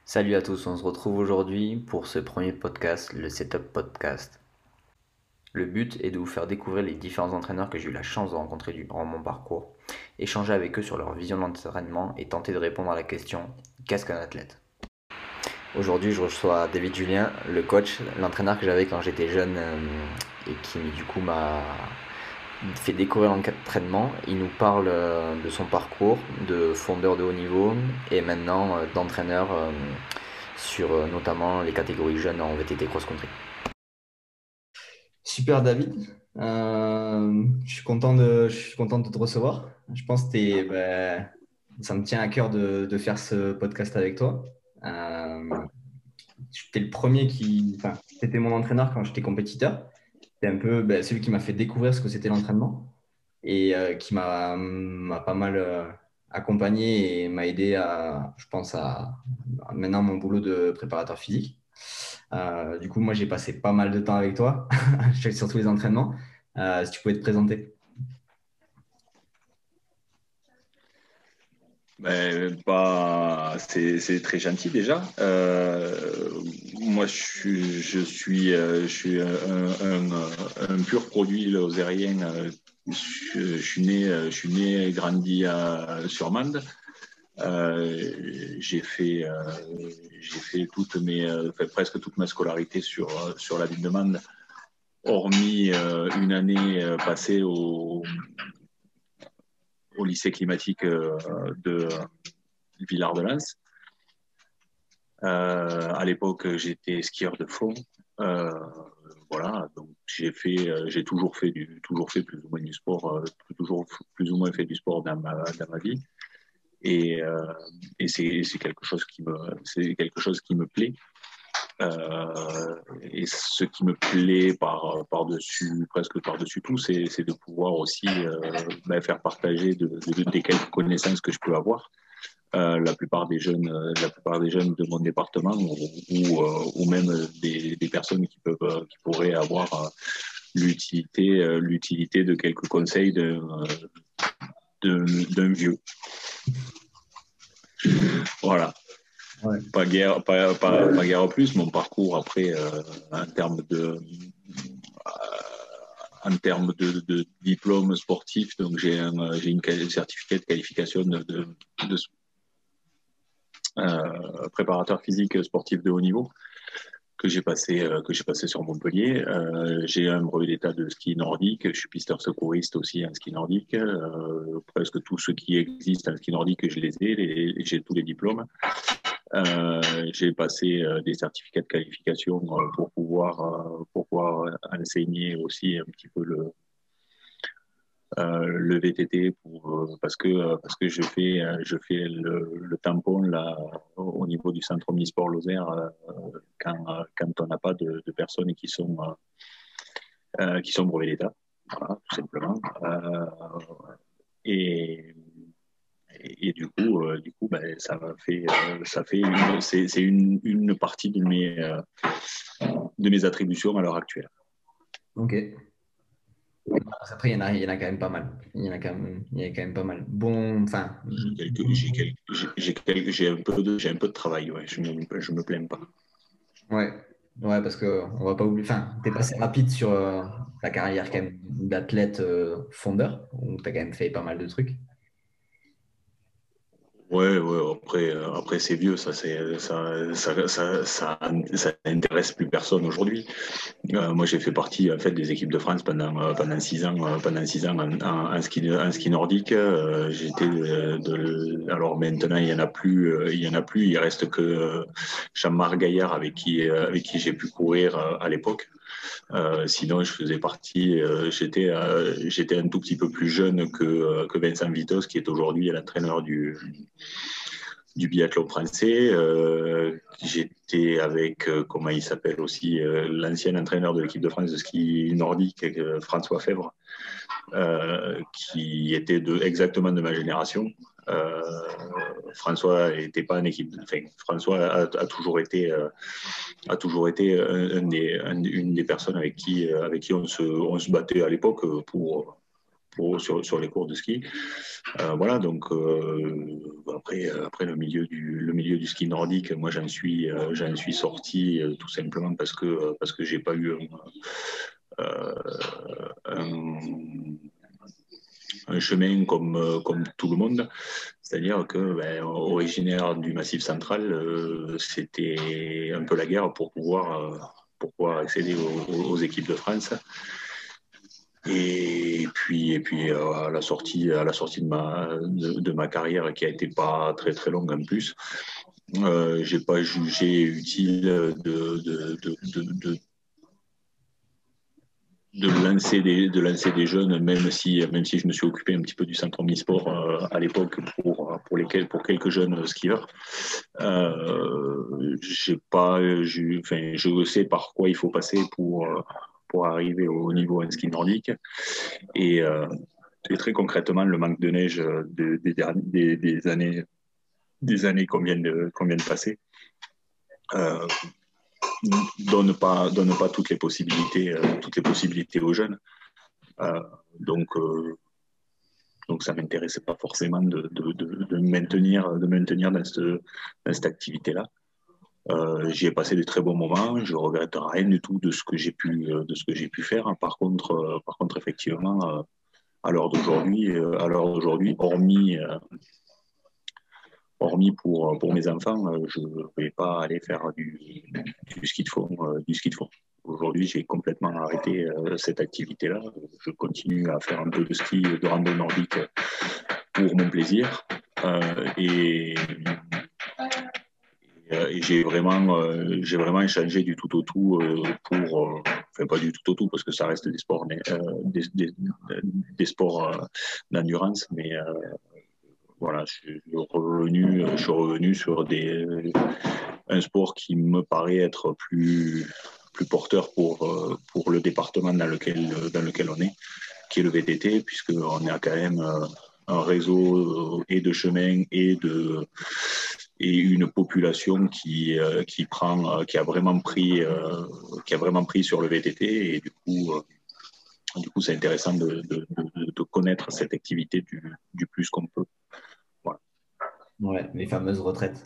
Salut à tous, on se retrouve aujourd'hui pour ce premier podcast, le Setup Podcast. Le but est de vous faire découvrir les différents entraîneurs que j'ai eu la chance de rencontrer durant mon parcours, échanger avec eux sur leur vision de l'entraînement et tenter de répondre à la question qu'est-ce qu'un athlète? Aujourd'hui, je reçois David Julien, le coach, l'entraîneur que j'avais quand j'étais jeune et qui du coup m'a fait découvrir l'entraînement. Il nous parle de son parcours de fondeur de haut niveau et maintenant d'entraîneur sur notamment les catégories jeunes en VTT cross-country. Super David. Je suis content de te recevoir. Je pense que ça me tient à cœur de faire ce podcast avec toi. Tu le premier enfin, tu étais mon entraîneur quand j'étais compétiteur. Tu un peu celui qui m'a fait découvrir ce que c'était l'entraînement et qui m'a pas mal accompagné et m'a aidé je pense, à maintenant mon boulot de préparateur physique. Du coup, moi, j'ai passé pas mal de temps avec toi, sur tous les entraînements. Si tu pouvais te présenter. C'est très gentil déjà. Moi, je suis un pur produit lausérien. Je suis né et grandi sur Mende. J'ai fait, presque toute ma scolarité sur la ville de Mende, hormis une année passée au lycée climatique de Villard de Lans. À l'époque, j'étais skieur de fond. Euh, voilà, donc j'ai toujours fait plus ou moins du sport, toujours plus ou moins fait du sport dans ma vie. Et, euh, et c'est quelque chose qui me plaît. Et ce qui me plaît presque par-dessus tout, c'est de pouvoir aussi faire partager des quelques connaissances que je peux avoir. La plupart des jeunes de mon département ou même des personnes qui pourraient avoir l'utilité de quelques conseils d'un vieux. Voilà. Ouais. Pas guère plus. Mon parcours après, en termes de diplôme sportif, donc j'ai un certificat de qualification de préparateur physique sportif de haut niveau que j'ai passé sur Montpellier. J'ai un brevet d'état de ski nordique. Je suis pisteur secouriste aussi en ski nordique. Presque tout ce qui existe en ski nordique, je les ai. J'ai tous les diplômes. J'ai passé des certificats de qualification pour pouvoir enseigner aussi un petit peu le VTT parce que je fais le tampon là au niveau du centre omnisport Lozère quand on n'a pas de personnes qui sont brevets d'État, voilà, tout simplement. Et, du coup ben, c'est une partie de mes attributions à l'heure actuelle. Ok. Après, il y en a quand même pas mal. Il y en a quand même pas mal. Bon, enfin, J'ai un peu de travail, ouais. Je me plains pas. ouais. Ouais, parce que on va pas oublier. Enfin, t'es passé rapide sur ta carrière quand même d'athlète fondeur, où tu as quand même fait pas mal de trucs. Ouais, après c'est vieux, ça intéresse plus personne aujourd'hui. Moi, j'ai fait partie en fait des équipes de France pendant 6 ans en ski nordique. Alors maintenant, il y en a plus. Il reste que Jean-Marc Gaillard avec qui j'ai pu courir à l'époque. Sinon, j'étais un tout petit peu plus jeune que Vincent Vitos, qui est aujourd'hui l'entraîneur du biathlon français. J'étais avec, comment il s'appelle aussi, l'ancien entraîneur de l'équipe de France de ski nordique, François Fèvre, qui était exactement de ma génération. Euh, François était pas en équipe. Enfin, François a toujours été une des personnes avec qui on se battait à l'époque sur les cours de ski. Voilà, donc après le milieu du ski nordique, moi j'en suis sorti tout simplement parce que j'ai pas eu un, un chemin comme tout le monde. C'est-à-dire que, originaire du Massif central, c'était un peu la guerre pour pouvoir accéder aux équipes de France. Et puis à la sortie de ma carrière qui a été pas très très longue en plus, j'ai pas jugé utile de lancer des jeunes, même si je me suis occupé un petit peu du centre omnisport à l'époque pour quelques jeunes skieurs. Je sais par quoi il faut passer pour arriver au niveau en ski nordique. Et, très concrètement, le manque de neige des années qu'on vient de passer donne pas toutes les possibilités aux jeunes. Donc ça m'intéressait pas forcément de me maintenir dans cette activité-là. J'y ai passé de très bons moments. Je regrette rien du tout de ce que j'ai pu faire. Par contre, effectivement, à l'heure d'aujourd'hui, hormis pour mes enfants, je ne vais pas aller faire du ski de fond. Aujourd'hui, j'ai complètement arrêté cette activité-là. Je continue à faire un peu de ski de randonnée nordique pour mon plaisir. Et j'ai vraiment changé du tout au tout enfin pas du tout au tout parce que ça reste des sports d'endurance, mais voilà, je suis revenu sur un sport qui me paraît être plus porteur pour le département dans lequel on est, qui est le VTT, puisqu'on a quand même un réseau et de chemins et une population qui a vraiment pris sur le VTT, et du coup c'est intéressant de connaître cette activité du plus qu'on peut. Voilà. Ouais, les fameuses retraites.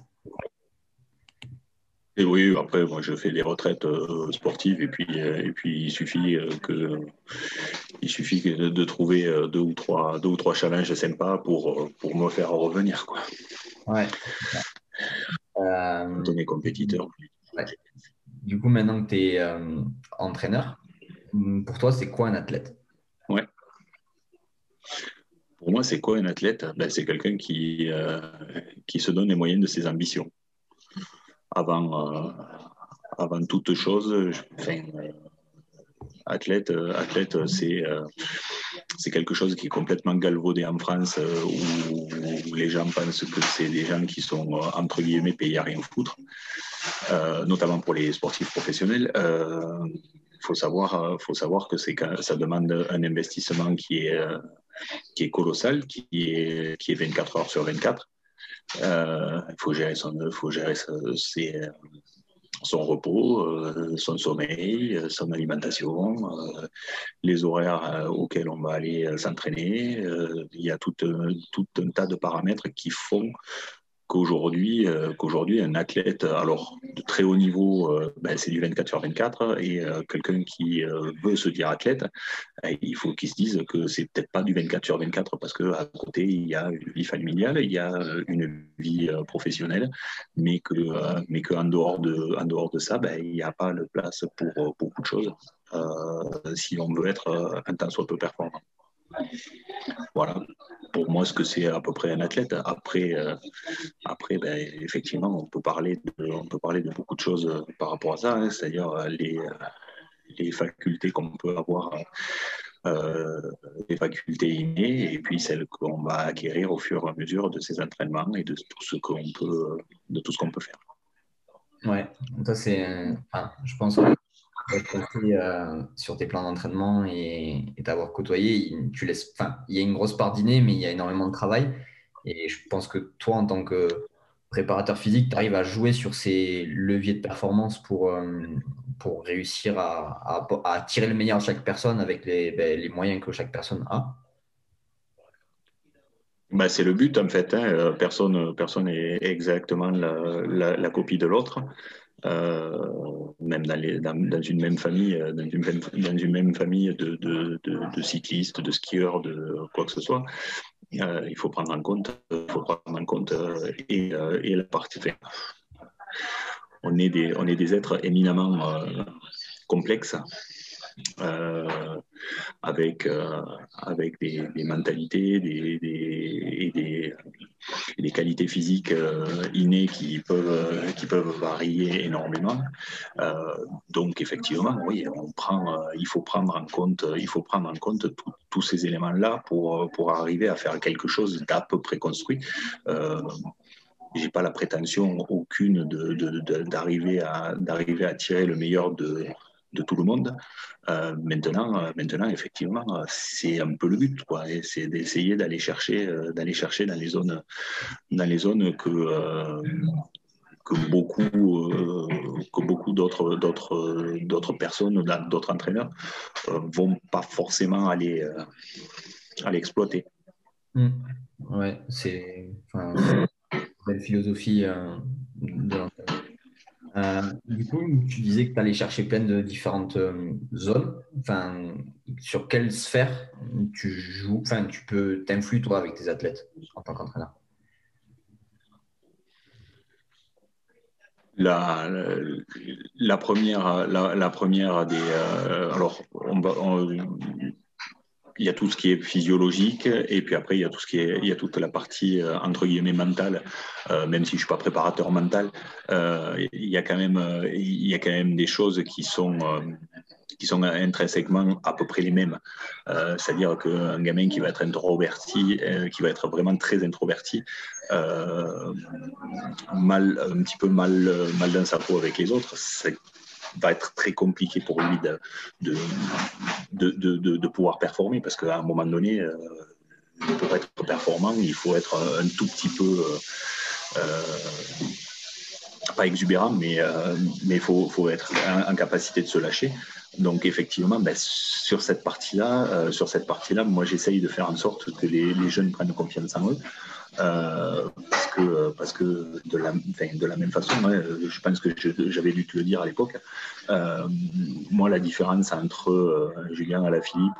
Et oui, après, moi, je fais des retraites sportives, et puis il suffit de trouver deux ou trois challenges sympas pour me faire revenir, quoi. Ouais. Quand on est compétiteur. Ouais. Du coup, maintenant que tu es entraîneur, pour toi, c'est quoi un athlète? Ouais. Pour moi, c'est quoi un athlète? C'est quelqu'un qui se donne les moyens de ses ambitions. Avant toute chose, athlète, c'est quelque chose qui est complètement galvaudé en France, où les gens pensent que c'est des gens qui sont, entre guillemets, payés à rien foutre, notamment pour les sportifs professionnels. Faut savoir que ça demande un investissement qui est colossal, qui est 24 heures sur 24. Il faut gérer son repos, son sommeil, son alimentation, les horaires auxquels on va aller s'entraîner. Il y a tout un tas de paramètres qui font qu'aujourd'hui, un athlète, alors de très haut niveau, c'est du 24 sur 24, et quelqu'un qui veut se dire athlète, il faut qu'il se dise que c'est peut-être pas du 24 sur 24 parce qu'à côté, il y a une vie familiale, il y a une vie professionnelle, mais qu'en dehors de ça, il n'y a pas de place pour beaucoup de choses si on veut être un tant soit peu performant. Voilà, pour moi, ce que c'est à peu près un athlète. Après, effectivement, on peut parler de beaucoup de choses par rapport à ça, hein, c'est-à-dire les facultés qu'on peut avoir, les facultés innées, et puis celles qu'on va acquérir au fur et à mesure de ces entraînements et de tout ce qu'on peut faire. Ouais, ça je pense que sur tes plans d'entraînement et t'avoir côtoyé, il y a une grosse part d'inné, mais il y a énormément de travail. Et je pense que toi, en tant que préparateur physique, tu arrives à jouer sur ces leviers de performance pour réussir à tirer le meilleur de chaque personne avec les moyens que chaque personne a. Bah, c'est le but en fait, hein. Personne n'est exactement la copie de l'autre. Même dans une même famille, dans une même famille de cyclistes, de skieurs, de quoi que ce soit, il faut prendre en compte, et la partie. On est des êtres éminemment complexes, euh, avec des mentalités et des qualités physiques innées qui peuvent varier énormément. Donc effectivement, oui, il faut prendre en compte tous ces éléments-là pour arriver à faire quelque chose d'à peu près construit. J'ai pas la prétention aucune d'arriver à tirer le meilleur de tout le monde. Maintenant, effectivement, c'est un peu le but, quoi. Et c'est d'essayer d'aller chercher dans les zones que beaucoup d'autres personnes, d'autres entraîneurs vont pas forcément aller exploiter. Ouais, c'est une belle philosophie de l'entraînement. Du coup, tu disais que tu allais chercher plein de différentes zones. Enfin, sur quelle sphère tu joues, enfin, tu peux t'influer toi avec tes athlètes en tant qu'entraîneur? La, la première des. Alors, il y a tout ce qui est physiologique et puis après il y a toute la partie entre guillemets mentale, même si je suis pas préparateur mental, il y a quand même des choses qui sont intrinsèquement à peu près les mêmes. C'est-à-dire qu'un gamin qui va être introverti, qui va être vraiment très introverti, un petit peu mal dans sa peau avec les autres, va être très compliqué pour lui de pouvoir performer parce qu'à un moment donné, pour être performant, il faut être un tout petit peu, pas exubérant, mais il faut être en capacité de se lâcher. Donc effectivement, ben, sur cette partie-là, moi j'essaye de faire en sorte que les jeunes prennent confiance en eux. Parce que de la même façon, je pense que j'avais dû te le dire à l'époque, moi la différence entre Julien Alaphilippe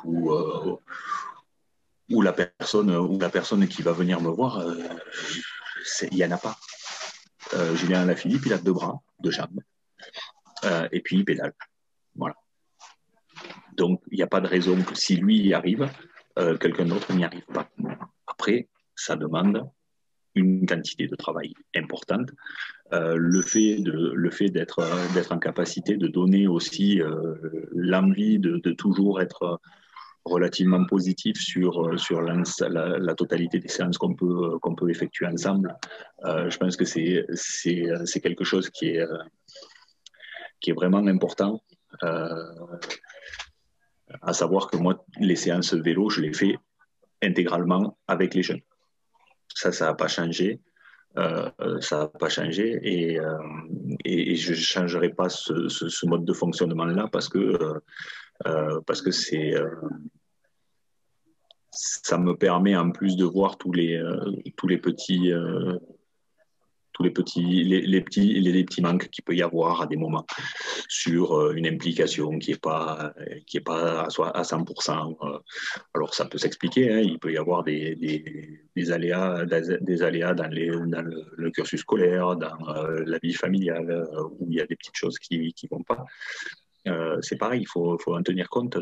ou la personne qui va venir me voir, il n'y en a pas. Julien Alaphilippe, il a 2 bras, 2 jambes, et puis il pédale. Voilà. Donc il n'y a pas de raison que si lui y arrive, quelqu'un d'autre n'y arrive pas. Après, ça demande une quantité de travail importante. Le fait d'être en capacité de donner aussi l'envie de toujours être relativement positif sur la totalité des séances qu'on peut effectuer ensemble. Je pense que c'est quelque chose qui est vraiment important. À savoir que moi, les séances vélo, je les fais intégralement avec les jeunes. Ça n'a pas changé. Ça n'a pas changé et je ne changerai pas ce mode de fonctionnement-là parce que ça me permet en plus de voir tous les petits les petits manques qu'il peut y avoir à des moments sur une implication qui est pas à 100%. Alors ça peut s'expliquer, hein, il peut y avoir des aléas dans le cursus scolaire, dans la vie familiale, où il y a des petites choses qui vont pas. C'est pareil, il faut en tenir compte.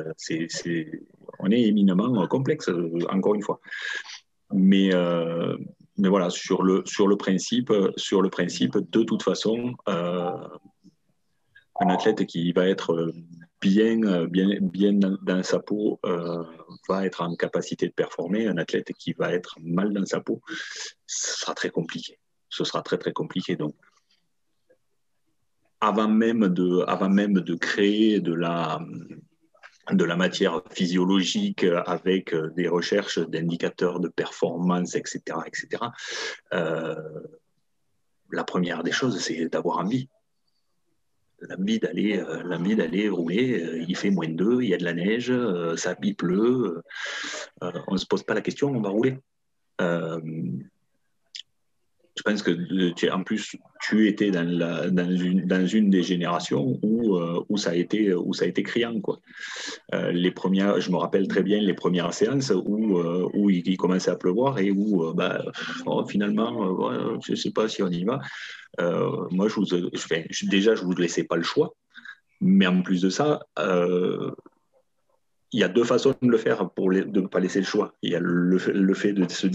On est éminemment complexe, encore une fois. Mais voilà, sur le principe, de toute façon, un athlète qui va être bien dans sa peau va être en capacité de performer. Un athlète qui va être mal dans sa peau, ce sera très compliqué. Ce sera très, très compliqué. Donc, avant même de créer de la matière physiologique avec des recherches d'indicateurs de performance, etc., la première des choses, c'est d'avoir envie. L'envie d'aller rouler, il fait -2, il y a de la neige, il pleut, on ne se pose pas la question, on va rouler. Euh, je pense que en plus, tu étais dans une des générations où ça a été criant, quoi. Les premières, je me rappelle très bien les premières séances où il commençait à pleuvoir et où finalement, je ne sais pas si on y va. Moi, déjà, je ne vous laissais pas le choix. Mais en plus de ça, il y a deux façons de le faire de ne pas laisser le choix. Il y a le fait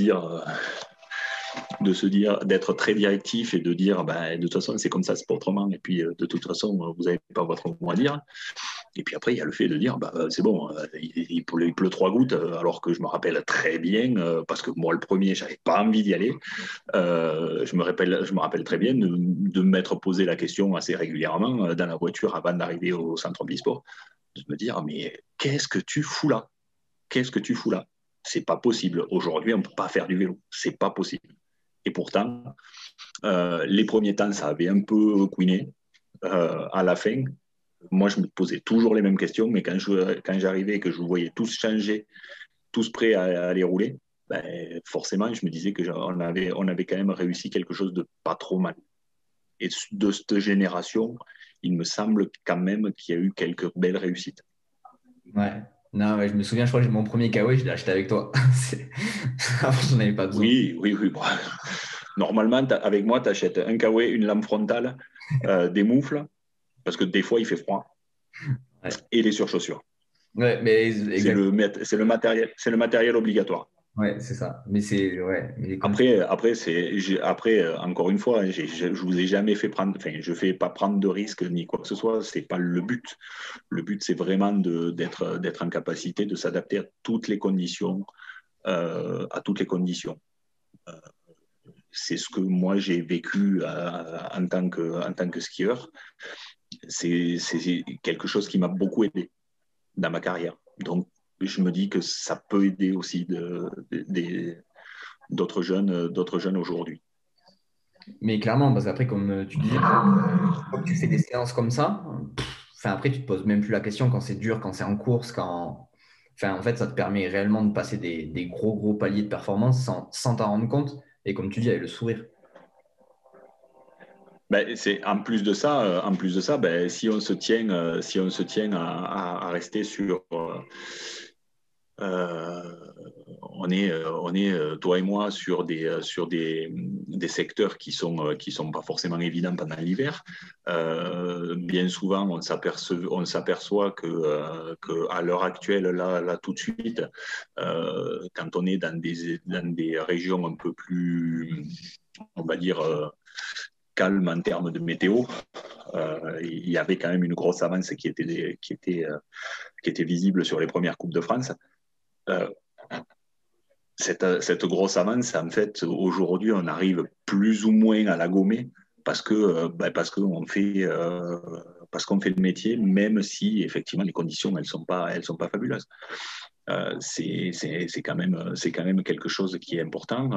d'être très directif et de dire, de toute façon, c'est comme ça, c'est pas autrement. Et puis, de toute façon, vous n'avez pas votre mot à dire. Et puis après, il y a le fait de dire, c'est bon, il pleut 3 gouttes, alors que je me rappelle très bien, parce que moi, le premier, j'avais pas envie d'y aller. Je me rappelle très bien de m'être posé la question assez régulièrement dans la voiture avant d'arriver au centre omnisport, de me dire, mais qu'est-ce que tu fous là? Qu'est-ce que tu fous là? C'est pas possible. Aujourd'hui, on ne peut pas faire du vélo. C'est pas possible. Et pourtant, les premiers temps, ça avait un peu couiné. À la fin, moi, je me posais toujours les mêmes questions, mais quand j'arrivais et que je vous voyais tous changer, tous prêts à aller rouler, forcément, je me disais qu'on avait quand même réussi quelque chose de pas trop mal. Et de cette génération, il me semble quand même qu'il y a eu quelques belles réussites. Ouais. Non, ouais, je me souviens, je crois que mon premier KW, je l'ai acheté avec toi. Avant, j'en avais pas besoin. Oui. Bon. Normalement, avec moi, tu achètes un KW, une lame frontale, des moufles, parce que des fois, il fait froid, Ouais, et les surchaussures. ouais mais C'est exactement. le matériel obligatoire. Ouais, c'est ça. Mais c'est. Ouais, mais comme Après, encore une fois, je vous ai jamais fait prendre, enfin, je fais pas prendre de risques ni quoi que ce soit. C'est pas le but. Le but, c'est vraiment d'être en capacité de s'adapter à toutes les conditions, C'est ce que moi j'ai vécu en tant que skieur. C'est quelque chose qui m'a beaucoup aidé dans ma carrière. Donc, je me dis que ça peut aider aussi d'autres jeunes aujourd'hui. Mais clairement, parce qu'après, comme tu disais, quand tu fais des séances comme ça, enfin, après, tu te poses même plus la question quand c'est dur, quand c'est en course, quand. Enfin, en fait, ça te permet réellement de passer des gros, gros paliers de performance sans t'en rendre compte. Et comme tu dis, avec le sourire. C'est en plus de ça, si on se tient à rester euh, on est toi et moi sur des secteurs qui sont pas forcément évidents pendant l'hiver. Bien souvent, on s'aperçoit que à l'heure actuelle, là tout de suite, quand on est dans des régions un peu plus, on va dire, calme en termes de météo, il y avait quand même une grosse avance qui était visible sur les premières Coupes de France. Euh, cette grosse avance, en fait, aujourd'hui, on arrive plus ou moins à la gommer parce qu'on fait le métier, même si effectivement les conditions elles sont pas fabuleuses. C'est quand même quelque chose qui est important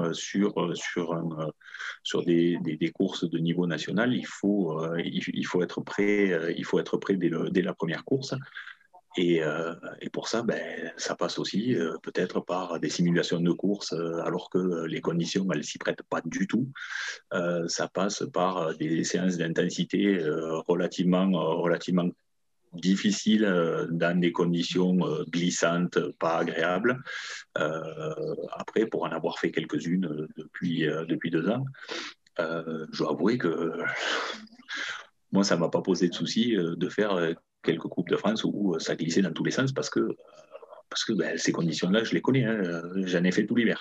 sur des courses de niveau national. Il faut être prêt, dès la première course. Et pour ça, ça passe aussi peut-être par des simulations de course, alors que les conditions, elles s'y prêtent pas du tout. Ça passe par des séances d'intensité relativement difficiles dans des conditions glissantes, pas agréables. Après, pour en avoir fait quelques-unes depuis 2 ans, je dois avouer que moi, ça ne m'a pas posé de souci de faire quelques Coupes de France où ça glissait dans tous les sens parce que ces conditions-là, je les connais. Hein, j'en ai fait tout l'hiver.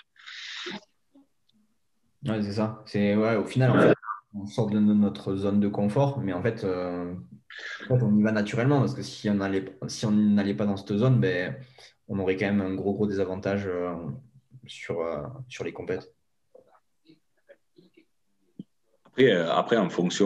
Ouais, c'est ça. Ouais, au final, en fait, on sort de notre zone de confort, mais en fait, on y va naturellement parce que si on n'allait pas dans cette zone, on aurait quand même un gros, gros désavantage sur les compètes. Après,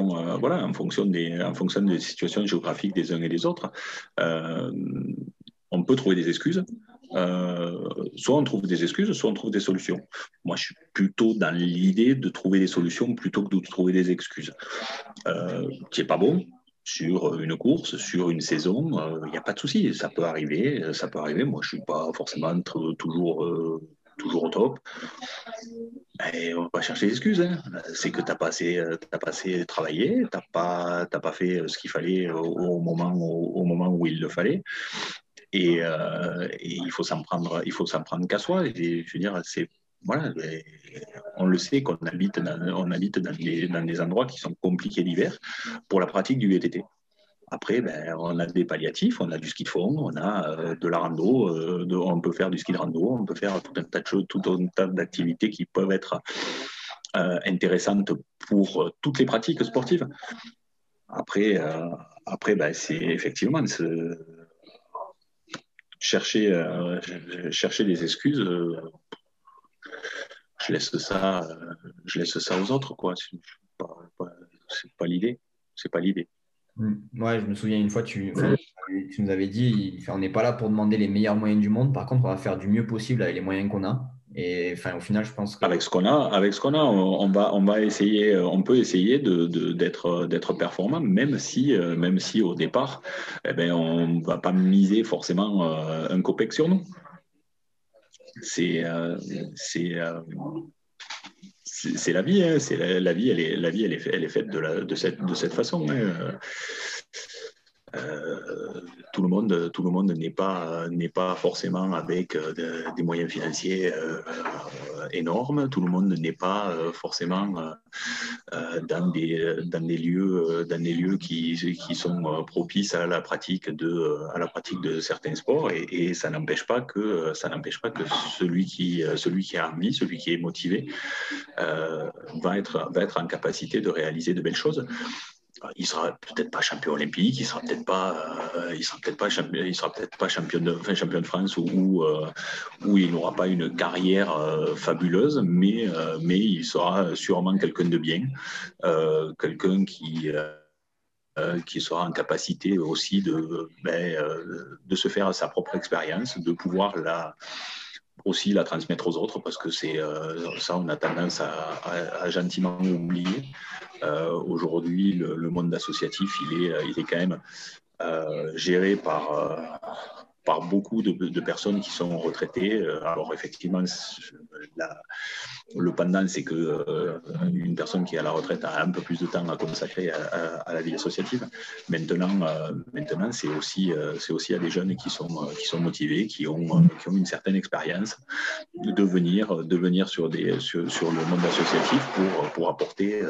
en fonction des situations géographiques des uns et des autres, euh, on peut trouver des excuses. Soit on trouve des excuses, soit on trouve des solutions. Moi, je suis plutôt dans l'idée de trouver des solutions plutôt que de trouver des excuses. Qui n'est pas bon sur une course, sur une saison, il n'y a pas de souci, ça peut arriver. Moi, je ne suis pas forcément toujours toujours au top. Et on va pas chercher d'excuses. Hein. C'est que tu n'as pas assez travaillé, tu n'as pas fait ce qu'il fallait au moment où il le fallait. Et il faut s'en prendre qu'à soi. Et je veux dire, voilà, on le sait qu'on habite dans des endroits qui sont compliqués l'hiver pour la pratique du VTT. Après, on a des palliatifs, on a du ski de fond, on a de la rando, on peut faire du ski de rando, on peut faire tout un tas de choses, tout un tas d'activités qui peuvent être intéressantes pour toutes les pratiques sportives. Après, c'est effectivement chercher des excuses. Je laisse ça aux autres, quoi. C'est pas l'idée. C'est pas l'idée. Ouais, je me souviens une fois, tu nous avais dit, on n'est pas là pour demander les meilleurs moyens du monde. Par contre, on va faire du mieux possible avec les moyens qu'on a. Et au final, je pense que avec ce qu'on a, on va essayer, on peut essayer d'être performant, même si au départ, on va pas miser forcément un copec sur nous. C'est la vie, hein. La vie, elle est faite de cette façon. Hein. Tout le monde n'est pas forcément avec des moyens financiers énormes. Tout le monde n'est pas forcément dans des lieux qui sont propices à la pratique de certains sports. Et ça n'empêche pas que celui qui a envie, celui qui est motivé, va être en capacité de réaliser de belles choses. Il sera peut-être pas champion olympique, il sera peut-être pas champion de France ou il n'aura pas une carrière fabuleuse, mais il sera sûrement quelqu'un de bien, quelqu'un qui sera en capacité aussi de se faire sa propre expérience, de pouvoir aussi la transmettre aux autres, parce que ça, on a tendance à gentiment oublier. Aujourd'hui, le monde associatif, il est quand même géré par beaucoup de personnes qui sont retraitées. Alors effectivement, le pendant, c'est que une personne qui est à la retraite a un peu plus de temps à consacrer à la vie associative. Maintenant, c'est aussi à des jeunes qui sont motivés, qui ont une certaine expérience, de venir sur le monde associatif pour apporter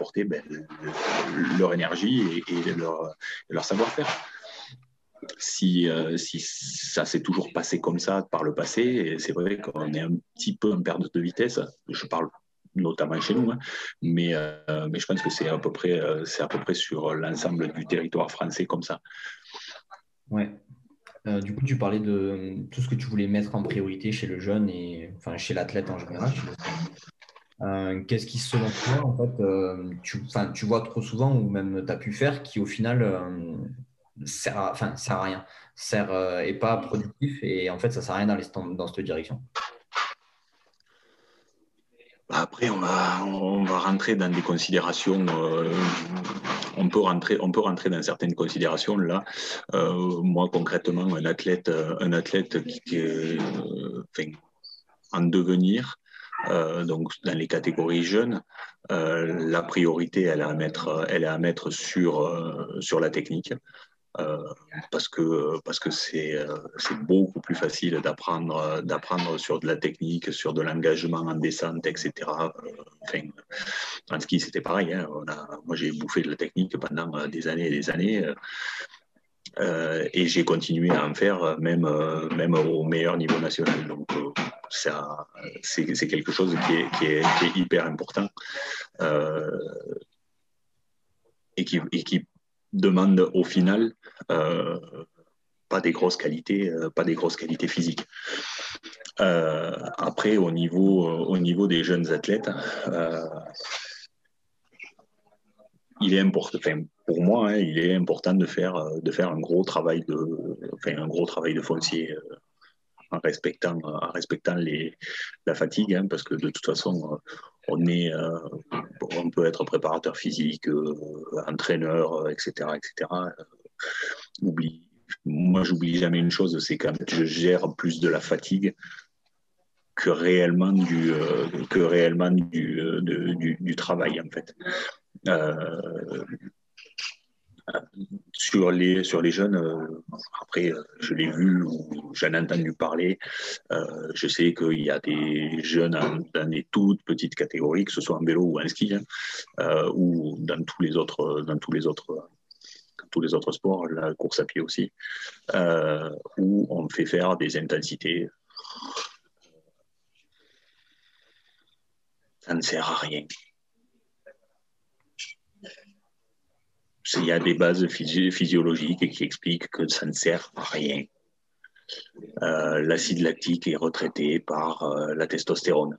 leur énergie et leur savoir-faire. Si ça s'est toujours passé comme ça par le passé, c'est vrai qu'on est un petit peu en perte de vitesse. Je parle notamment chez nous, hein, mais je pense que c'est à peu près sur l'ensemble du territoire français comme ça. Ouais. Du coup, tu parlais de tout ce que tu voulais mettre en priorité chez le jeune et chez l'athlète en général. Qu'est-ce qui, selon toi, en fait, tu vois trop souvent ou même tu as pu faire qui, au final, sert à rien, est pas productif et en fait, ça sert à rien d'aller dans cette direction. Après, on va rentrer dans des considérations. On peut rentrer dans certaines considérations là. Moi, concrètement, un athlète qui est en devenir, donc dans les catégories jeunes, la priorité, elle est à mettre sur la technique. Parce que c'est beaucoup plus facile d'apprendre sur de la technique, sur de l'engagement en descente, etc. En ski, c'était pareil. Hein. Moi, j'ai bouffé de la technique pendant des années et des années. Et j'ai continué à en faire même au meilleur niveau national. Donc, c'est quelque chose qui est hyper important et qui demande au final pas des grosses qualités physiques. Après, au niveau des jeunes athlètes, il est important, pour moi, hein, il est important de faire un gros travail de foncier en respectant la fatigue, hein, parce que de toute façon, on peut être préparateur physique, entraîneur, etc., etc. Moi, j'oublie jamais une chose, c'est quand je gère plus de la fatigue que réellement du travail, en fait. Euh, sur les jeunes, après, je l'ai vu ou j'en ai entendu parler. Je sais qu'il y a des jeunes dans des toutes petites catégories, que ce soit en vélo ou en ski, ou dans tous les autres sports, la course à pied aussi, où on fait faire des intensités. Ça ne sert à rien. Il y a des bases physiologiques qui expliquent que ça ne sert à rien. L'acide lactique est retraité par la testostérone.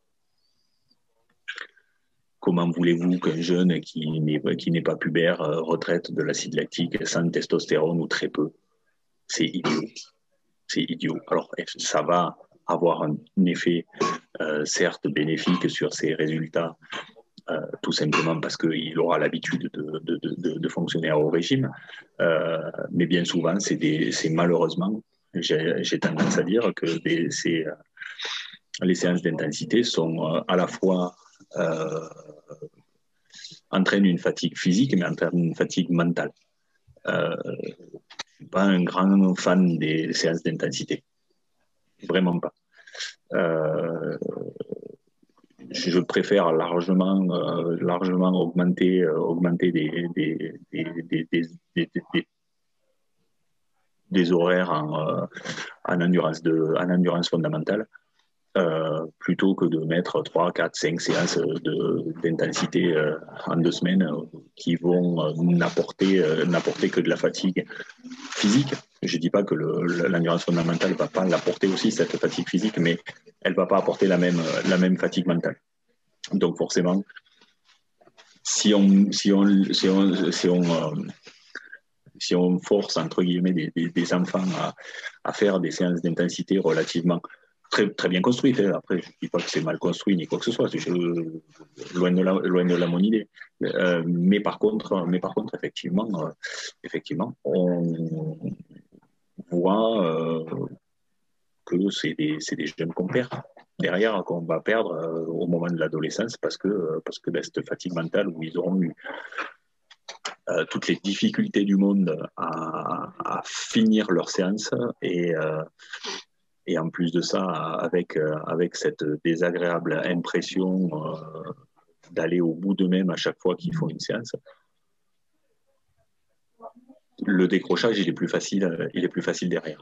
Comment voulez-vous qu'un jeune qui n'est pas pubère retraite de l'acide lactique sans testostérone ou très peu? C'est idiot. C'est idiot. Alors, ça va avoir un effet, certes, bénéfique sur ses résultats, tout simplement parce qu'il aura l'habitude de fonctionner à haut régime. Mais bien souvent, c'est malheureusement, j'ai tendance à dire que les séances d'intensité sont à la fois entraînent une fatigue physique, mais entraînent une fatigue mentale. Je ne suis pas un grand fan des séances d'intensité. Vraiment pas. Je préfère largement augmenter des horaires en endurance fondamentale, plutôt que de mettre 3, 4, 5 séances d'intensité en 2 semaines qui vont n'apporter que de la fatigue physique. Je ne dis pas que l'endurance fondamentale ne va pas l'apporter aussi, cette fatigue physique, mais elle ne va pas apporter la même fatigue mentale. Donc forcément, si on force, entre guillemets, des enfants à faire des séances d'intensité relativement très, très bien construites, après, je ne dis pas que c'est mal construit ni quoi que ce soit, loin de là mon idée. Mais par contre, effectivement, on voit que c'est des jeunes qu'on perd derrière, qu'on va perdre au moment de l'adolescence parce que cette fatigue mentale où ils auront eu toutes les difficultés du monde à finir leur séance et en plus de ça, avec cette désagréable impression d'aller au bout d'eux-mêmes à chaque fois qu'ils font une séance, le décrochage, il est plus facile derrière.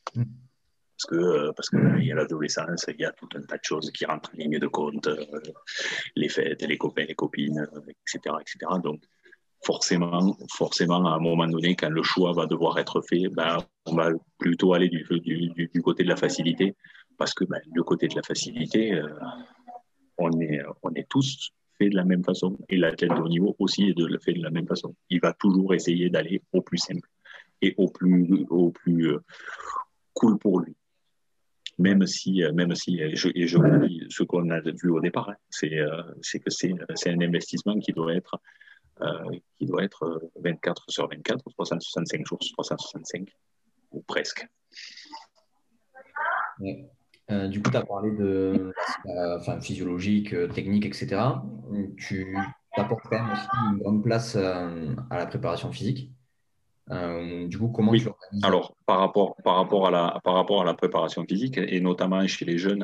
Parce que il y a l'adolescence, il y a tout un tas de choses qui rentrent en ligne de compte, les fêtes, les copains, les copines, etc., etc. Donc, forcément, à un moment donné, quand le choix va devoir être fait, on va plutôt aller du côté de la facilité, parce que le côté de la facilité, on est tous faits de la même façon, et l'athlète de haut niveau aussi est fait de la même façon. Il va toujours essayer d'aller au plus simple et au plus cool pour lui. Même si je vous dis ce qu'on a vu au départ, hein, c'est que c'est un investissement qui doit être 24 sur 24, 365 jours sur 365, ou presque. Ouais. Du coup, tu as parlé de physiologique, technique, etc. Tu apportes quand même aussi une grande place à la préparation physique. Du coup, comment tu Oui. organises? Alors, par rapport à la préparation physique, et notamment chez les jeunes,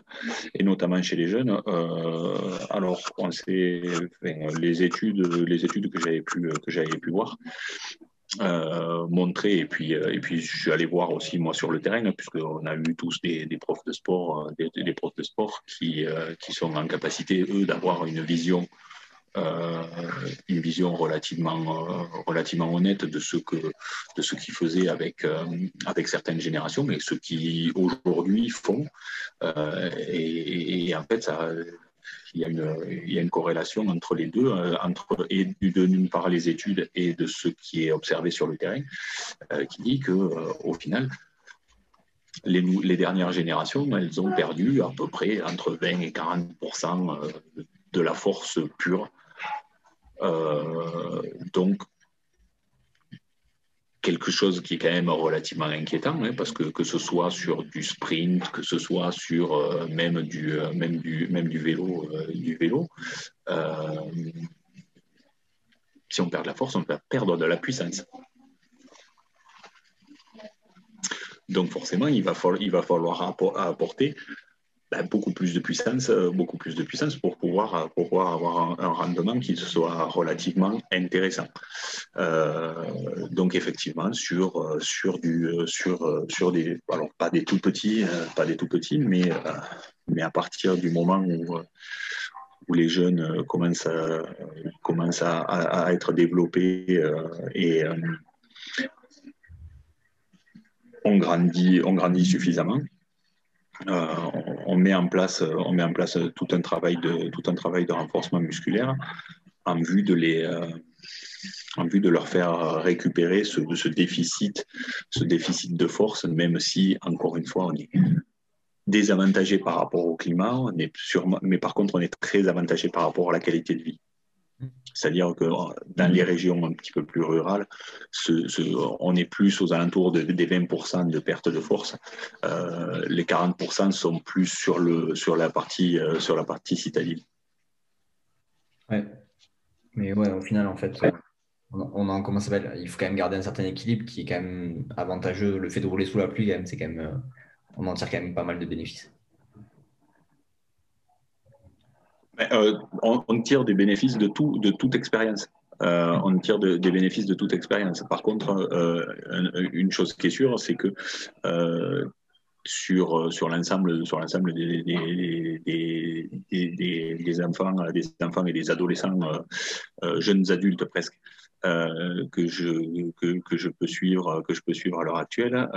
alors on sait, les études que j'avais pu voir montrer, et puis je suis allé voir aussi moi sur le terrain, puisqu'on a eu tous des profs de sport, des profs de sport qui sont en capacité, eux, d'avoir une vision relativement honnête de ce qu'ils faisaient avec certaines générations, mais ce qui aujourd'hui font. Et en fait, il y a une corrélation entre les deux, d'une part les études et de ce qui est observé sur le terrain, qui dit que au final, les dernières générations, elles ont perdu à peu près entre 20 et 40% de la force pure. Donc, quelque chose qui est quand même relativement inquiétant, hein, parce que ce soit sur du sprint, que ce soit sur même du vélo, si on perd de la force, on peut perdre de la puissance. Donc forcément, il va falloir apporter beaucoup plus de puissance pour pouvoir avoir un rendement qui soit relativement intéressant. Donc effectivement, sur des, alors pas des tout petits, mais à partir du moment où les jeunes commencent à être développés et on grandit suffisamment. On met en place tout un travail de renforcement musculaire en vue de leur faire récupérer ce déficit de force, même si, encore une fois, on est désavantagé par rapport au climat, mais par contre, on est très avantagé par rapport à la qualité de vie. C'est-à-dire que dans les régions un petit peu plus rurales, on est plus aux alentours des 20% de perte de force. Les 40% sont plus sur la partie citadine. Ouais. Mais ouais, au final, en fait, comment ça s'appelle? Il faut quand même garder un certain équilibre qui est quand même avantageux. Le fait de rouler sous la pluie, quand même, c'est quand même, on en tire quand même pas mal de bénéfices. On tire des bénéfices de toute expérience. On tire des bénéfices de toute expérience. Par contre, une chose qui est sûre, c'est que sur l'ensemble des enfants et des adolescents, jeunes adultes presque, que je peux suivre à l'heure actuelle,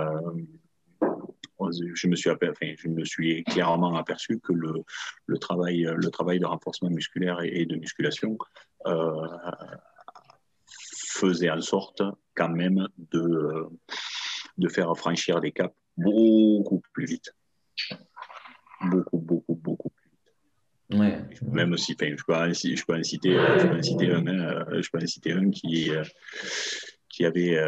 je me suis clairement aperçu que le travail de renforcement musculaire et de musculation faisait en sorte quand même de faire franchir des caps beaucoup plus vite. Beaucoup plus vite. Ouais. Même si, je peux en citer un qui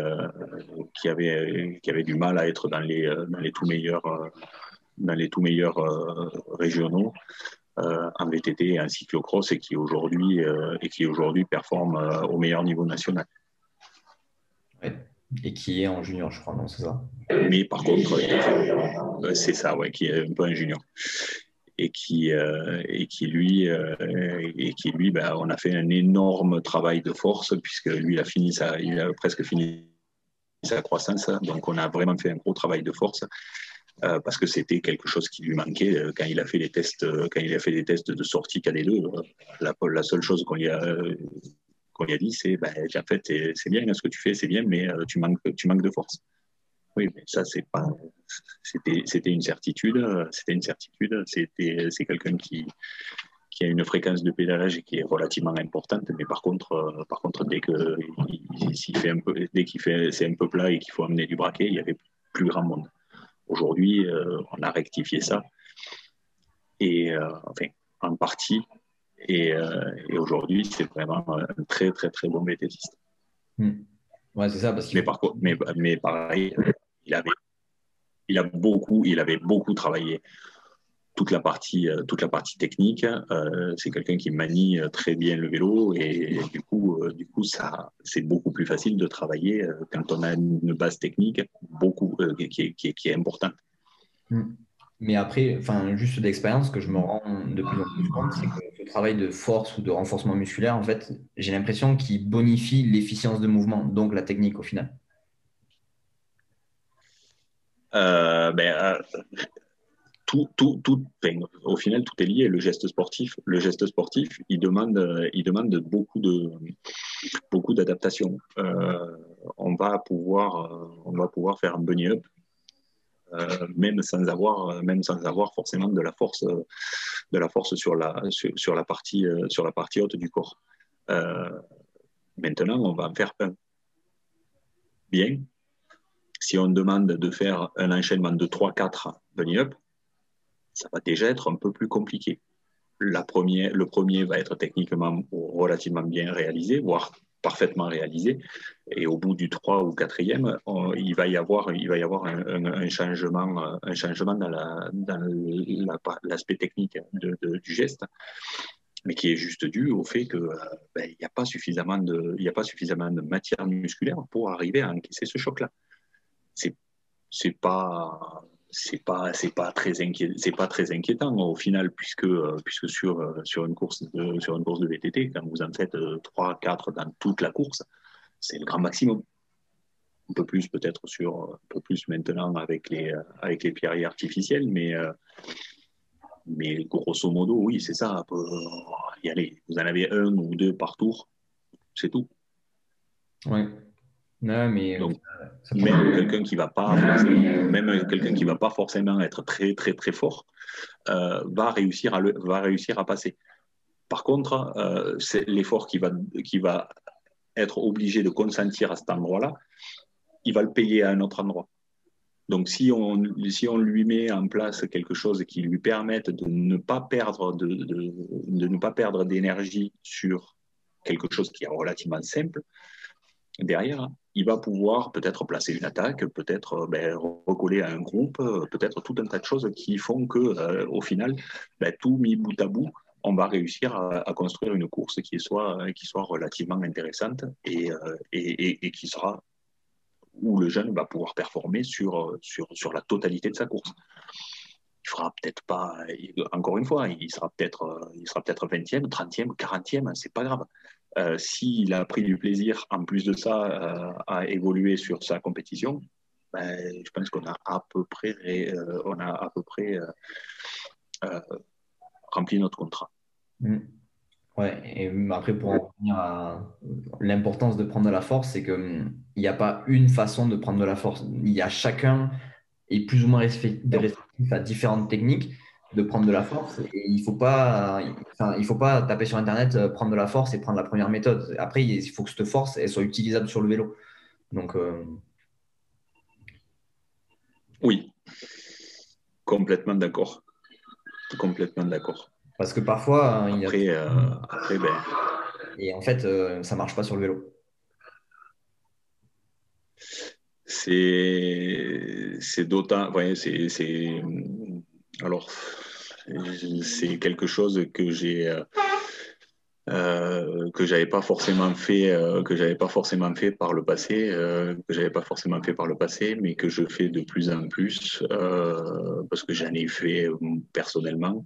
avait du mal à être dans les tout meilleurs régionaux en VTT et en cyclocross et qui aujourd'hui performe au meilleur niveau national. Ouais. Et qui est en junior, je crois, non, c'est ça. Mais par contre, c'est ça, ouais, qui est un peu un junior. Et qui lui, on a fait un énorme travail de force puisque lui, il a presque fini sa croissance. Donc, on a vraiment fait un gros travail de force parce que c'était quelque chose qui lui manquait quand il a fait les tests, de sortie KD2. La seule chose qu'on lui a dit, c'est en fait, c'est bien ce que tu fais, c'est bien, mais tu manques de force. Oui, mais ça, c'était une certitude. C'est quelqu'un qui a une fréquence de pédalage qui est relativement importante, mais par contre, c'est un peu plat et qu'il faut amener du braquet, il y avait plus grand monde. Aujourd'hui, on a rectifié ça, et en partie, et aujourd'hui, c'est vraiment un très très très bon vététiste. Ouais, c'est ça, parce qu'il mais pareil, il avait beaucoup travaillé toute la partie technique. C'est quelqu'un qui manie très bien le vélo et du coup, c'est beaucoup plus facile de travailler quand on a une base technique qui est importante. Mais après, juste d'expérience, que je me rends de plus en plus compte, c'est que ce travail de force ou de renforcement musculaire, en fait, j'ai l'impression qu'il bonifie l'efficience de mouvement, donc la technique au final. Au final, tout est lié. Le geste sportif, il demande beaucoup d'adaptation. On va pouvoir faire un bunny up, même sans avoir forcément de la force sur la partie haute du corps. Maintenant, on va en faire un. Bien. Si on demande de faire un enchaînement de 3-4 bunny up, ça va déjà être un peu plus compliqué. Le premier va être techniquement relativement bien réalisé, voire parfaitement réalisé. Et au bout du 3 ou 4e, il va y avoir un changement dans l'aspect technique du geste, mais qui est juste dû au fait que il n'y a pas suffisamment de matière musculaire pour arriver à encaisser ce choc-là. C'est pas très inquiétant au final, puisque sur une course de VTT, quand vous en faites 3, 4 dans toute la course, c'est le grand maximum. Un peu plus peut-être un peu plus maintenant avec les pierriers artificiels, mais grosso modo, oui, c'est ça. Y aller. Vous en avez 1 ou 2 par tour, c'est tout. Ouais. Non, mais Donc, même quelqu'un qui va pas forcément être très très très fort va réussir à passer. Par contre, c'est l'effort qui va être obligé de consentir à cet endroit-là, il va le payer à un autre endroit. Donc, si on lui met en place quelque chose qui lui permette de ne pas perdre d'énergie sur quelque chose qui est relativement simple, derrière, il va pouvoir peut-être placer une attaque, peut-être recoller à un groupe, peut-être tout un tas de choses qui font que, au final, tout mis bout à bout, on va réussir à construire une course qui soit relativement intéressante et qui sera où le jeune va pouvoir performer sur la totalité de sa course. Il fera peut-être pas, encore une fois, il sera peut-être 20e, 30e, 40e, c'est pas grave. S'il a pris du plaisir, en plus de ça, à évoluer sur sa compétition, je pense qu'on a à peu près rempli notre contrat. Ouais, et après, pour en revenir à l'importance de prendre de la force, c'est qu'il n'y a pas une façon de prendre de la force. Il y a chacun est plus ou moins réceptif à différentes techniques de prendre de la force. Et il faut pas taper sur Internet, prendre de la force et prendre la première méthode. Après, il faut que cette force elle soit utilisable sur le vélo. Donc, oui, complètement d'accord. Complètement d'accord. parce que parfois, il y a... Après, Et en fait, ça marche pas sur le vélo. C'est d'autant. Ouais, alors, c'est quelque chose que j'avais pas forcément fait par le passé, mais que je fais de plus en plus parce que j'en ai fait personnellement.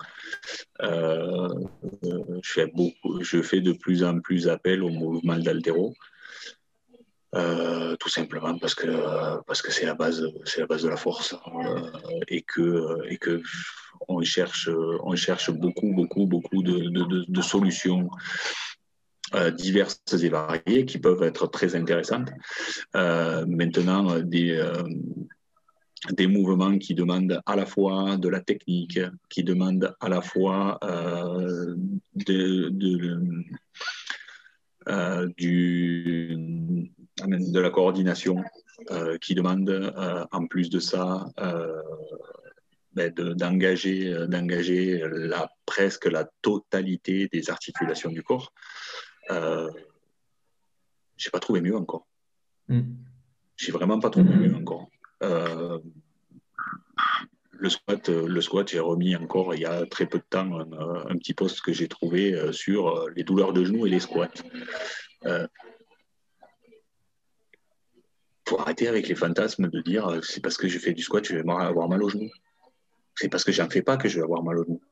Je fais de plus en plus appel au mouvement d'haltéro. Tout simplement parce que c'est la base de la force et que on cherche beaucoup de solutions diverses et variées qui peuvent être très intéressantes. Maintenant, des mouvements qui demandent à la fois de la technique, qui demandent à la fois de la coordination, qui demande en plus de ça d'engager presque la totalité des articulations du corps. J'ai pas trouvé mieux encore. J'ai vraiment pas trouvé mieux encore. Le squat, j'ai remis encore il y a très peu de temps un petit post que j'ai trouvé sur les douleurs de genoux et les squats. Faut arrêter avec les fantasmes de dire c'est parce que j'ai fait du squat, je vais avoir mal aux genoux. C'est parce que j'en fais pas que je vais avoir mal aux genoux.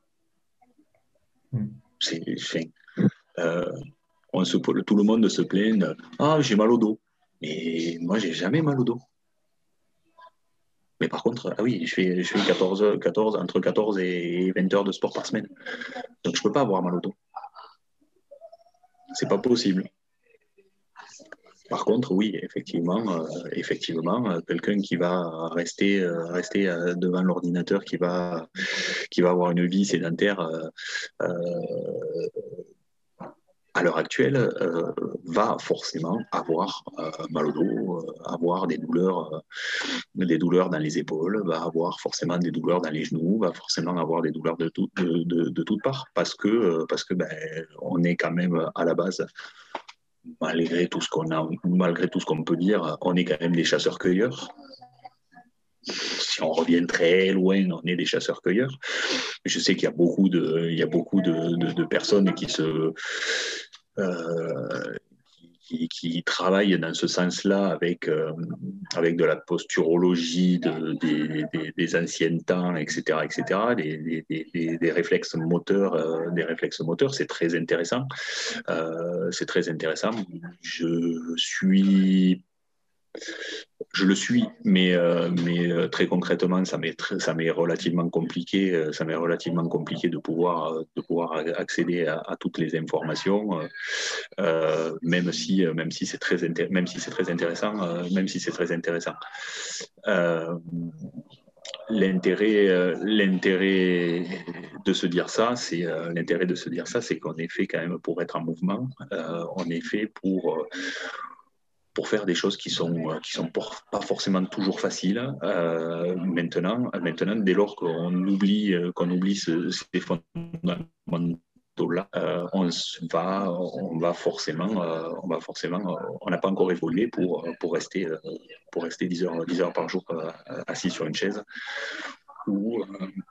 Tout le monde se plaint j'ai mal au dos. Mais moi, j'ai jamais mal au dos. Mais par contre, oui, je fais entre 14 et 20 heures de sport par semaine. Donc, je peux pas avoir mal au dos. C'est pas possible. Par contre, oui, effectivement, quelqu'un qui va rester devant l'ordinateur, qui va avoir une vie sédentaire à l'heure actuelle, va forcément avoir mal au dos, avoir des douleurs dans les épaules, va avoir forcément des douleurs dans les genoux, va forcément avoir des douleurs de toutes parts, parce que on est quand même à la base malgré tout ce malgré tout ce qu'on peut dire, on est quand même des chasseurs-cueilleurs. Si on revient très loin, on est des chasseurs-cueilleurs. Je sais qu'il y a beaucoup de personnes euh, qui travaillent dans ce sens-là avec de la posturologie des anciens temps, etc., des réflexes moteurs, c'est très intéressant. C'est très intéressant. Je le suis, mais très concrètement, ça m'est relativement compliqué. Ça m'est relativement compliqué de pouvoir accéder à toutes les informations, même si c'est même si c'est très intéressant, même si c'est très intéressant. Euh, l'intérêt de se dire ça, c'est qu'on est fait quand même pour être en mouvement. On est fait pour faire des choses qui sont pas forcément toujours faciles. Maintenant, dès lors qu'on oublie ces fondamentaux-là, on n'a pas encore évolué pour rester 10 heures par jour assis sur une chaise ou,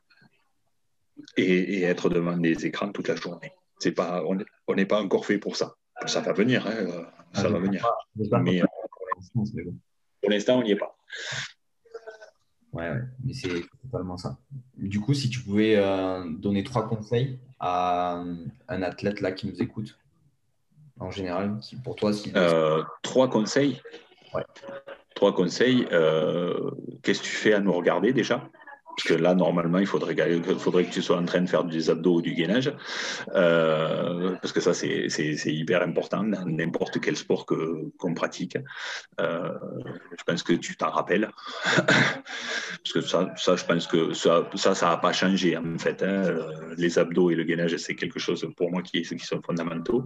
et être devant des écrans toute la journée. On n'est pas encore fait pour ça. Ça va venir, hein, ça va venir. Mais pour l'instant, on n'y est pas. Ouais, mais c'est totalement ça. Du coup, si tu pouvais donner 3 conseils à un athlète là qui nous écoute, en général, qui pour toi, trois conseils. Ouais. Trois conseils. Qu'est-ce que tu fais à nous regarder déjà? Parce que là, normalement, il faudrait que tu sois en train de faire des abdos ou du gainage. Parce que ça, c'est hyper important dans n'importe quel sport qu'on pratique. Je pense que tu t'en rappelles. Parce que ça, je pense que ça n'a pas changé, en fait. Hein. Les abdos et le gainage, c'est quelque chose, pour moi, qui sont fondamentaux.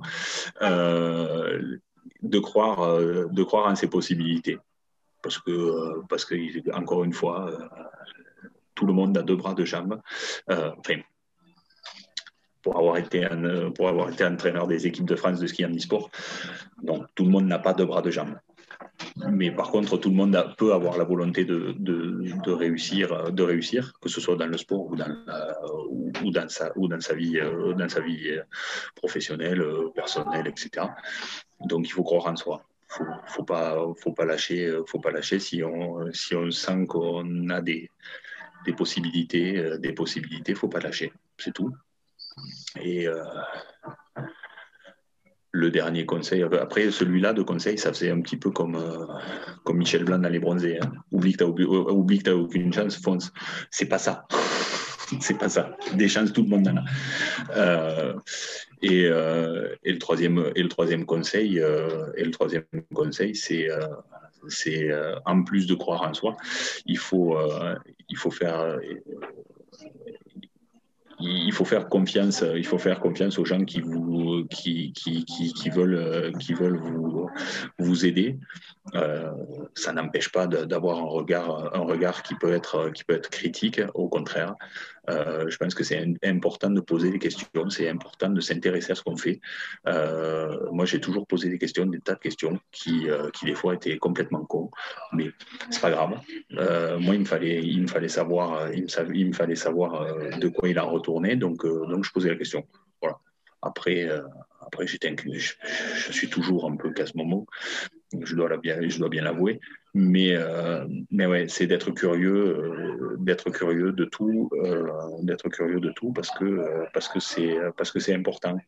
De croire en ses possibilités. Parce que encore une fois, tout le monde a 2 bras, 2 jambes. Enfin, pour avoir été entraîneur des équipes de France de ski handisport, donc tout le monde n'a pas 2 bras, 2 jambes. Mais par contre, tout le monde peut avoir la volonté de réussir, que ce soit dans le sport ou dans sa vie professionnelle, personnelle, etc. Donc il faut croire en soi. Faut pas lâcher si on sent qu'on a des possibilités, faut pas lâcher, c'est tout. Et le dernier conseil, après celui-là de conseil, ça faisait un petit peu comme Michel Blanc dans Les Bronzés. Hein. Oublie que t'as aucune chance, fonce. C'est pas ça. C'est pas ça. Des chances, tout le monde en a. Et le troisième conseil, c'est en plus de croire en soi, il faut faire confiance aux gens qui veulent vous aider. Ça n'empêche pas d'avoir un regard qui peut être critique, au contraire. Je pense que c'est important de poser des questions, c'est important de s'intéresser à ce qu'on fait. Moi, j'ai toujours posé des tas de questions qui des fois étaient complètement cons, mais c'est pas grave. Moi, il me fallait savoir de quoi il en retournait, donc je posais la question. Voilà. Après, je suis toujours un peu casse-momo, je dois bien l'avouer, mais ouais, c'est d'être curieux de tout parce que c'est important.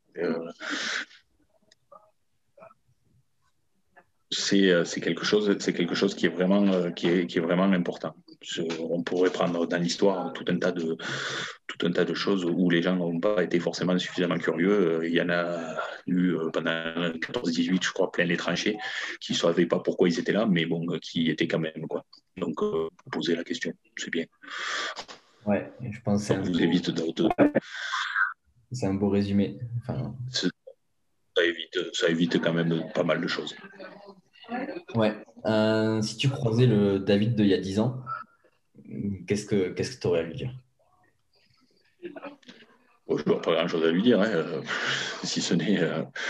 C'est quelque chose qui est vraiment important. On pourrait prendre dans l'histoire tout un tas de choses où les gens n'ont pas été forcément suffisamment curieux. Il y en a eu pendant 14-18, je crois, plein les tranchées, qui ne savaient pas pourquoi ils étaient là, mais bon, qui étaient quand même, quoi. Donc, poser la question, c'est bien. Ouais, je pense que c'est un beau résumé. Enfin... Ça évite quand même pas mal de choses. Ouais. Si tu croisais le David d'il y a 10 ans, qu'est-ce que tu aurais à lui dire? Bon, je vois pas grand-chose à lui dire, hein, si ce n'est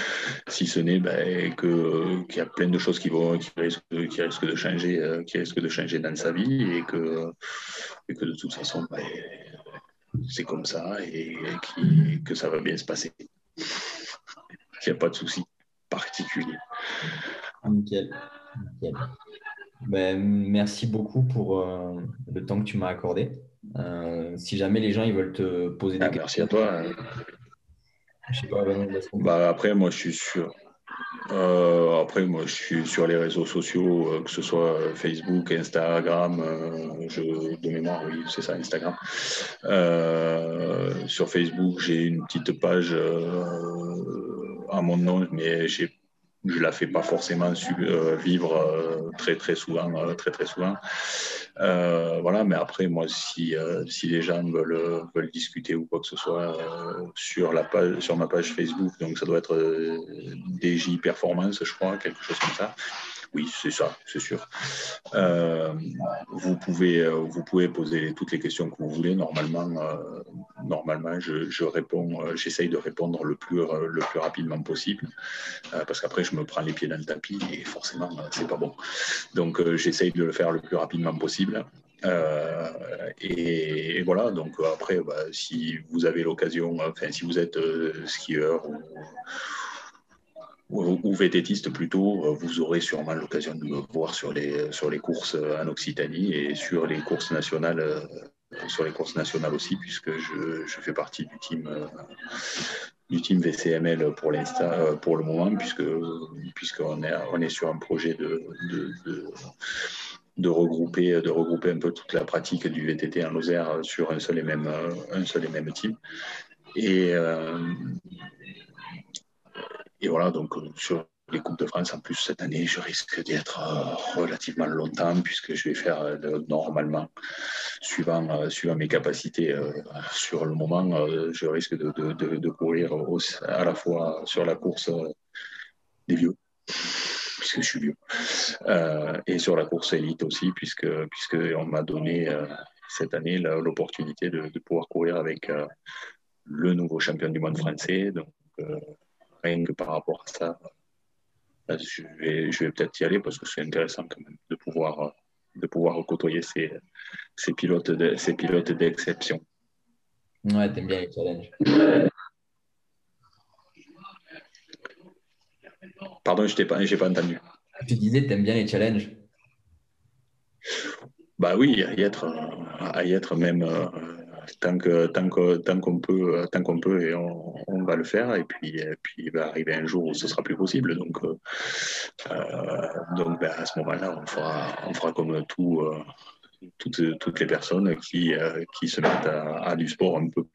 qu'il y a plein de choses qui risquent de changer dans sa vie et que de toute façon, c'est comme ça que ça va bien se passer. Il n'y a pas de souci particulier. Nickel. Nickel. Ben, merci beaucoup pour le temps que tu m'as accordé. Si jamais les gens ils veulent te poser des Merci à questions, toi. je sais pas, ben, est-ce qu'on peut- Après, moi, je suis sûr. Après, moi, je suis sur les réseaux sociaux, que ce soit Facebook, Instagram, de mémoire, oui, c'est ça, Instagram. Sur Facebook, j'ai une petite page à mon nom, mais je la fais pas forcément vivre très très souvent, très souvent. Voilà, mais après, moi, si les gens veulent discuter ou quoi que ce soit sur ma page Facebook, donc ça doit être DJ Performance, je crois, quelque chose comme ça. Oui, c'est ça, c'est sûr. Vous pouvez poser toutes les questions que vous voulez. Normalement, je réponds, j'essaye de répondre le plus rapidement possible, parce qu'après, je me prends les pieds dans le tapis et forcément, c'est pas bon. Donc, j'essaye de le faire le plus rapidement possible. Et voilà, donc après, si vous avez l'occasion, enfin, si vous êtes skieur ou vététiste plutôt, vous aurez sûrement l'occasion de me voir sur les courses en Occitanie et sur les courses nationales aussi, puisque je fais partie du team VCML pour l'instant, pour le moment, puisqu'on est sur un projet de regrouper un peu toute la pratique du VTT en Lozère sur un seul et même team. Et voilà, donc sur les Coupes de France, en plus, cette année, je risque d'y être relativement longtemps, puisque je vais faire normalement, suivant mes capacités sur le moment, je risque de courir à la fois sur la course des vieux, puisque je suis vieux, et sur la course élite aussi, puisque on m'a donné cette année l'opportunité de pouvoir courir avec le nouveau champion du monde français. Donc, rien que par rapport à ça, je vais peut-être y aller parce que c'est intéressant quand même de pouvoir côtoyer ces pilotes d'exception. Ouais, t'aimes bien les challenges. Pardon, j'ai pas entendu. Tu disais, t'aimes bien les challenges. Bah oui, à y être même tant qu'on peut et on va le faire et puis il va arriver un jour où ce sera plus possible donc à ce moment-là on fera comme toutes les personnes qui se mettent à du sport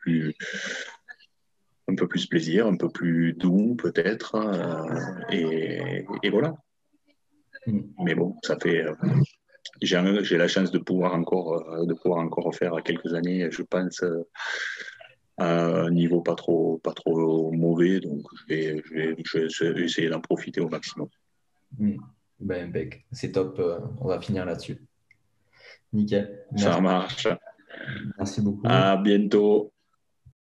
un peu plus plaisir, un peu plus doux peut-être et voilà. Mais bon, ça fait j'ai la chance de pouvoir encore faire quelques années, je pense, à un niveau pas trop mauvais. Donc, je vais essayer d'en profiter au maximum. Ben, bec, c'est top. On va finir là-dessus. Nickel. Ça Merci. marche. Merci beaucoup. À bientôt.